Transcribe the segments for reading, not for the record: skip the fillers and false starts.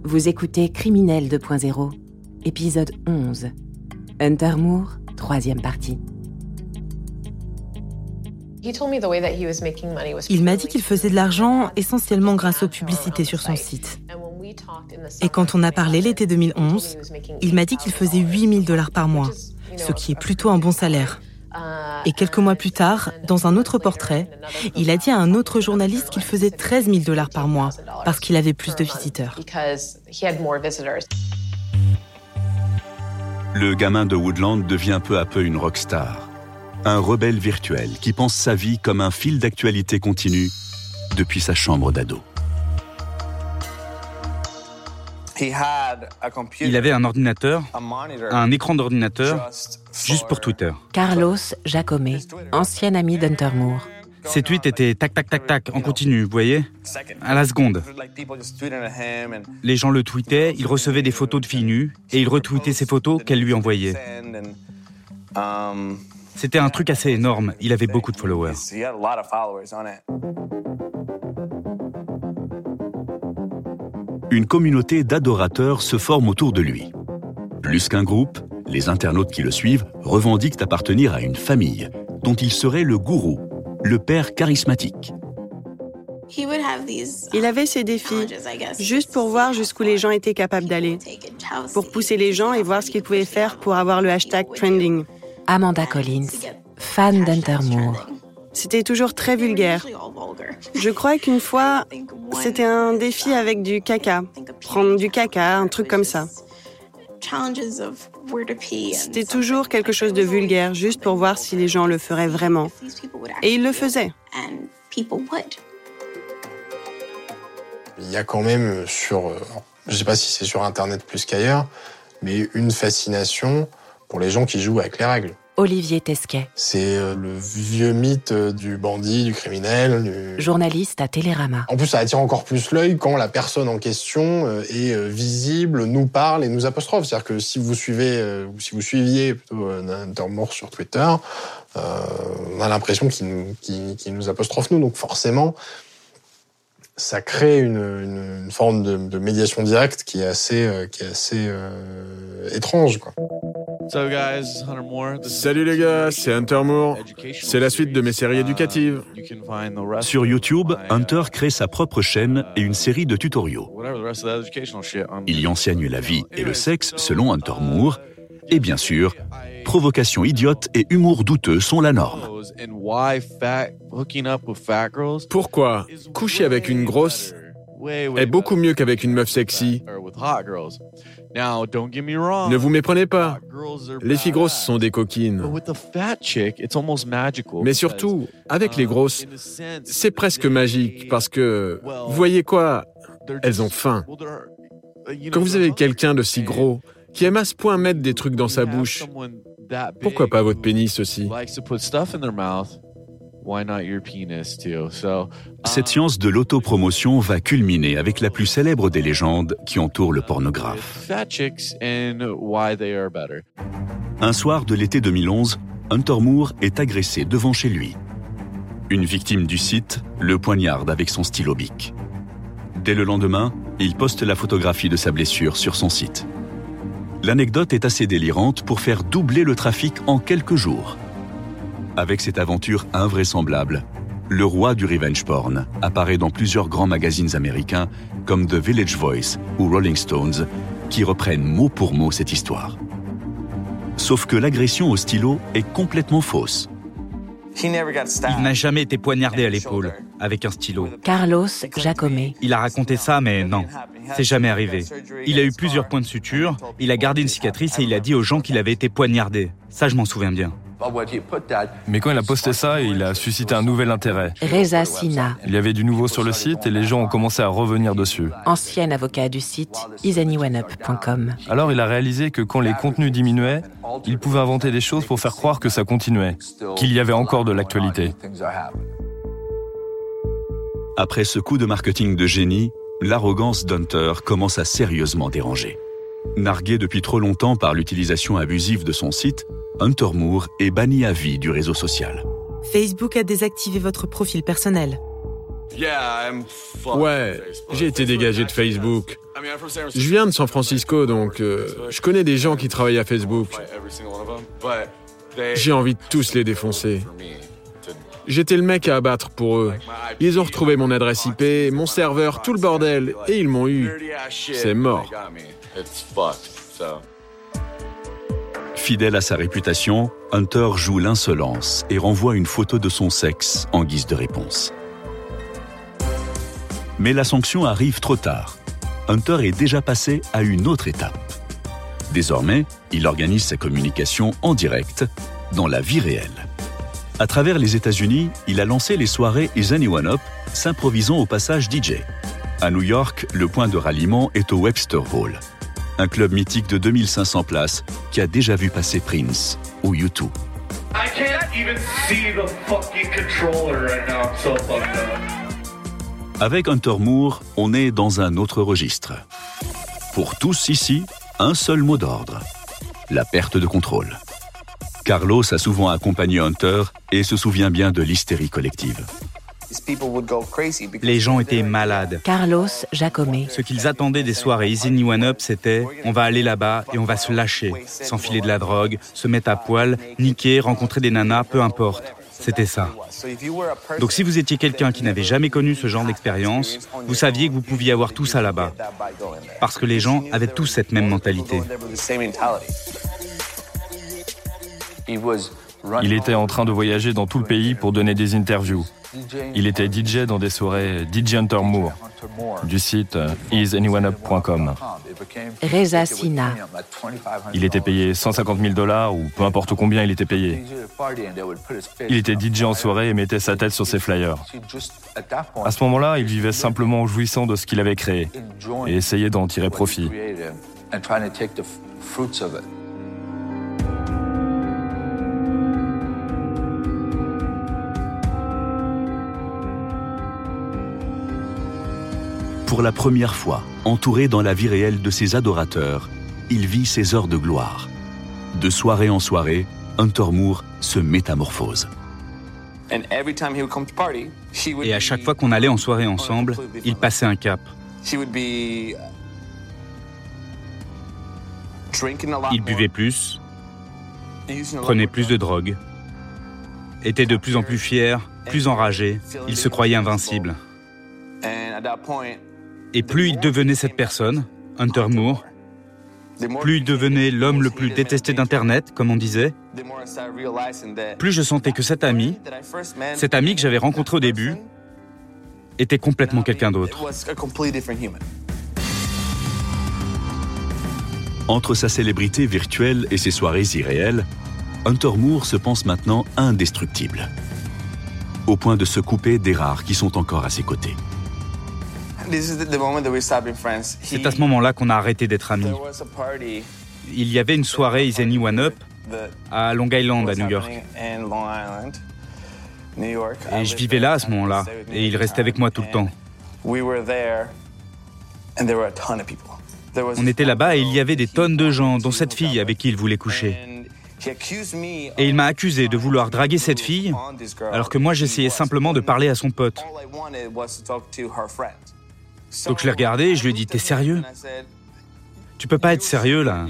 Vous écoutez Criminel 2.0, épisode 11. Hunter Moore, 3e partie. Il m'a dit qu'il faisait de l'argent essentiellement grâce aux publicités sur son site. Et quand on a parlé l'été 2011, il m'a dit qu'il faisait $8,000 par mois, ce qui est plutôt un bon salaire. Et quelques mois plus tard, dans un autre portrait, il a dit à un autre journaliste qu'il faisait $13,000 par mois parce qu'il avait plus de visiteurs. Le gamin de Woodland devient peu à peu une rockstar. Un rebelle virtuel qui pense sa vie comme un fil d'actualité continu depuis sa chambre d'ado. Il avait un ordinateur, un écran d'ordinateur, juste pour Twitter. Carlos Jacome, ancien ami d'Hunter Moore. Ses tweets étaient tac, tac, tac, tac, en continu, vous voyez ? À la seconde. Les gens le tweetaient, il recevait des photos de filles nues, et il retweetait ces photos qu'elle lui envoyait. C'était un truc assez énorme, il avait beaucoup de followers. Une communauté d'adorateurs se forme autour de lui. Plus qu'un groupe, les internautes qui le suivent revendiquent appartenir à une famille dont il serait le gourou, le père charismatique. Il avait ces défis, juste pour voir jusqu'où les gens étaient capables d'aller, pour pousser les gens et voir ce qu'ils pouvaient faire pour avoir le hashtag trending. Amanda Collins, fan d'Hunter Moore. C'était toujours très vulgaire. Je crois qu'une fois, c'était un défi avec du caca. Prendre du caca, un truc comme ça. C'était toujours quelque chose de vulgaire, juste pour voir si les gens le feraient vraiment. Et ils le faisaient. Il y a quand même je ne sais pas si c'est sur Internet plus qu'ailleurs, mais une fascination pour les gens qui jouent avec les règles. Olivier Tesquet. C'est le vieux mythe du bandit, du criminel. Journaliste à Télérama. En plus, ça attire encore plus l'œil quand la personne en question est visible, nous parle et nous apostrophe. C'est-à-dire que si vous suiviez plutôt Hunter Moore sur Twitter, on a l'impression qu'il nous apostrophe nous. Donc forcément, ça crée une forme de médiation directe qui est assez étrange, quoi. Salut les gars, c'est Hunter Moore. C'est la suite de mes séries éducatives. Sur YouTube, Hunter crée sa propre chaîne et une série de tutoriaux. Il y enseigne la vie et le sexe selon Hunter Moore. Et bien sûr, provocation idiote et humour douteux sont la norme. Pourquoi coucher avec une grosse est beaucoup mieux qu'avec une meuf sexy? Ne vous méprenez pas. Les filles grosses sont des coquines. Mais surtout, avec les grosses, c'est presque magique parce que, vous voyez quoi? Elles ont faim. Quand vous avez quelqu'un de si gros qui aime à ce point mettre des trucs dans sa bouche, pourquoi pas votre pénis aussi? Cette science de l'autopromotion va culminer avec la plus célèbre des légendes qui entourent le pornographe. Un soir de l'été 2011, Hunter Moore est agressé devant chez lui. Une victime du site le poignarde avec son stylo bic. Dès le lendemain, il poste la photographie de sa blessure sur son site. L'anecdote est assez délirante pour faire doubler le trafic en quelques jours. Avec cette aventure invraisemblable, le roi du revenge porn apparaît dans plusieurs grands magazines américains comme The Village Voice ou Rolling Stones, qui reprennent mot pour mot cette histoire. Sauf que l'agression au stylo est complètement fausse. Il n'a jamais été poignardé à l'épaule avec un stylo. Carlos Jacome. Il a raconté ça, mais non, c'est jamais arrivé. Il a eu plusieurs points de suture, il a gardé une cicatrice et il a dit aux gens qu'il avait été poignardé. Ça, je m'en souviens bien. Mais quand il a posté ça, il a suscité un nouvel intérêt. Reza Sina. Il y avait du nouveau sur le site et les gens ont commencé à revenir dessus. Ancien avocat du site isanywanup.com. Alors il a réalisé que quand les contenus diminuaient, il pouvait inventer des choses pour faire croire que ça continuait, qu'il y avait encore de l'actualité. Après ce coup de marketing de génie, l'arrogance d'Hunter commence à sérieusement déranger. Nargué depuis trop longtemps par l'utilisation abusive de son site, Hunter Moore est banni à vie du réseau social. Facebook a désactivé votre profil personnel. Ouais, j'ai été dégagé de Facebook. Je viens de San Francisco, donc je connais des gens qui travaillent à Facebook. J'ai envie de tous les défoncer. J'étais le mec à abattre pour eux. Ils ont retrouvé mon adresse IP, mon serveur, tout le bordel, et ils m'ont eu. C'est mort. Fidèle à sa réputation, Hunter joue l'insolence et renvoie une photo de son sexe en guise de réponse. Mais la sanction arrive trop tard. Hunter est déjà passé à une autre étape. Désormais, il organise sa communication en direct, dans la vie réelle. À travers les États-Unis, il a lancé les soirées Is Anyone Up, s'improvisant au passage DJ. À New York, le point de ralliement est au Webster Hall, un club mythique de 2500 places qui a déjà vu passer Prince ou U2. I can't even see the fucking controller right now. I'm so fucked up. Avec Hunter Moore, on est dans un autre registre. Pour tous ici, un seul mot d'ordre, la perte de contrôle. Carlos a souvent accompagné Hunter et se souvient bien de l'hystérie collective. Les gens étaient malades. Carlos Jacome. Ce qu'ils attendaient des soirées Is Anyone Up, c'était « on va aller là-bas et on va se lâcher, s'enfiler de la drogue, se mettre à poil, niquer, rencontrer des nanas, peu importe ». C'était ça. Donc si vous étiez quelqu'un qui n'avait jamais connu ce genre d'expérience, vous saviez que vous pouviez avoir tout ça là-bas. Parce que les gens avaient tous cette même mentalité. Il était en train de voyager dans tout le pays pour donner des interviews. Il était DJ dans des soirées DJ Hunter Moore, du site isanyoneup.com. Reza Sina. Il était payé $150,000 ou peu importe combien il était payé. Il était DJ en soirée et mettait sa tête sur ses flyers. À ce moment-là, il vivait simplement en jouissant de ce qu'il avait créé et essayait d'en tirer profit. Pour la première fois, entouré dans la vie réelle de ses adorateurs, il vit ses heures de gloire. De soirée en soirée, Hunter Moore se métamorphose. Et à chaque fois qu'on allait en soirée ensemble, il passait un cap. Il buvait plus, prenait plus de drogue, était de plus en plus fier, plus enragé, il se croyait invincible. Et plus il devenait cette personne, Hunter Moore, plus il devenait l'homme le plus détesté d'Internet, comme on disait, plus je sentais que cet ami que j'avais rencontré au début, était complètement quelqu'un d'autre. Entre sa célébrité virtuelle et ses soirées irréelles, Hunter Moore se pense maintenant indestructible, au point de se couper des rares qui sont encore à ses côtés. C'est à ce moment-là qu'on a arrêté d'être amis. Il y avait une soirée Is Anyone Up à Long Island, à New York. Et je vivais là à ce moment-là, et il restait avec moi tout le temps. On était là-bas et il y avait des tonnes de gens, dont cette fille avec qui il voulait coucher. Et il m'a accusé de vouloir draguer cette fille, alors que moi j'essayais simplement de parler à son pote. Donc je l'ai regardé et je lui ai dit « T'es sérieux ? Tu peux pas être sérieux là.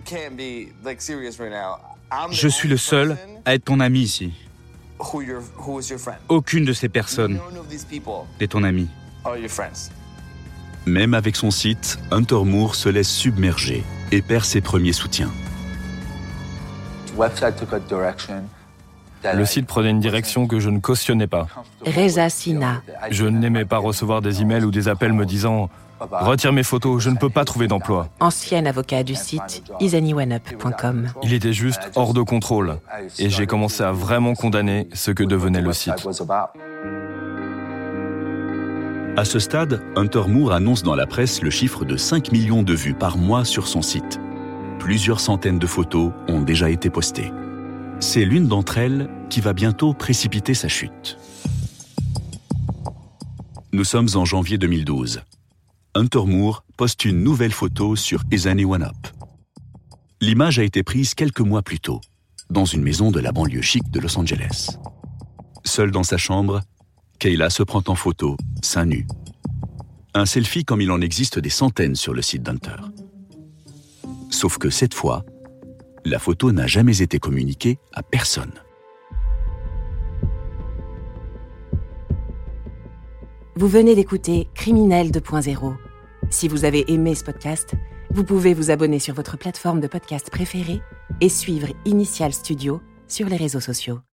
Je suis le seul à être ton ami ici. Aucune de ces personnes n'est ton ami. » Même avec son site, Hunter Moore se laisse submerger et perd ses premiers soutiens. Le site prenait une direction que je ne cautionnais pas. Reza Sina. Je n'aimais pas recevoir des emails ou des appels me disant « Retire mes photos, je ne peux pas trouver d'emploi ». Ancien avocat du site isanyoneup.com. Il était juste hors de contrôle et j'ai commencé à vraiment condamner ce que devenait le site. À ce stade, Hunter Moore annonce dans la presse le chiffre de 5 millions de vues par mois sur son site. Plusieurs centaines de photos ont déjà été postées. C'est l'une d'entre elles qui va bientôt précipiter sa chute. Nous sommes en janvier 2012. Hunter Moore poste une nouvelle photo sur Is Anyone Up. L'image a été prise quelques mois plus tôt, dans une maison de la banlieue chic de Los Angeles. Seul dans sa chambre, Kayla se prend en photo, seins nus. Un selfie comme il en existe des centaines sur le site d'Hunter. Sauf que cette fois, la photo n'a jamais été communiquée à personne. Vous venez d'écouter Criminel 2.0. Si vous avez aimé ce podcast, vous pouvez vous abonner sur votre plateforme de podcast préférée et suivre Initial Studio sur les réseaux sociaux.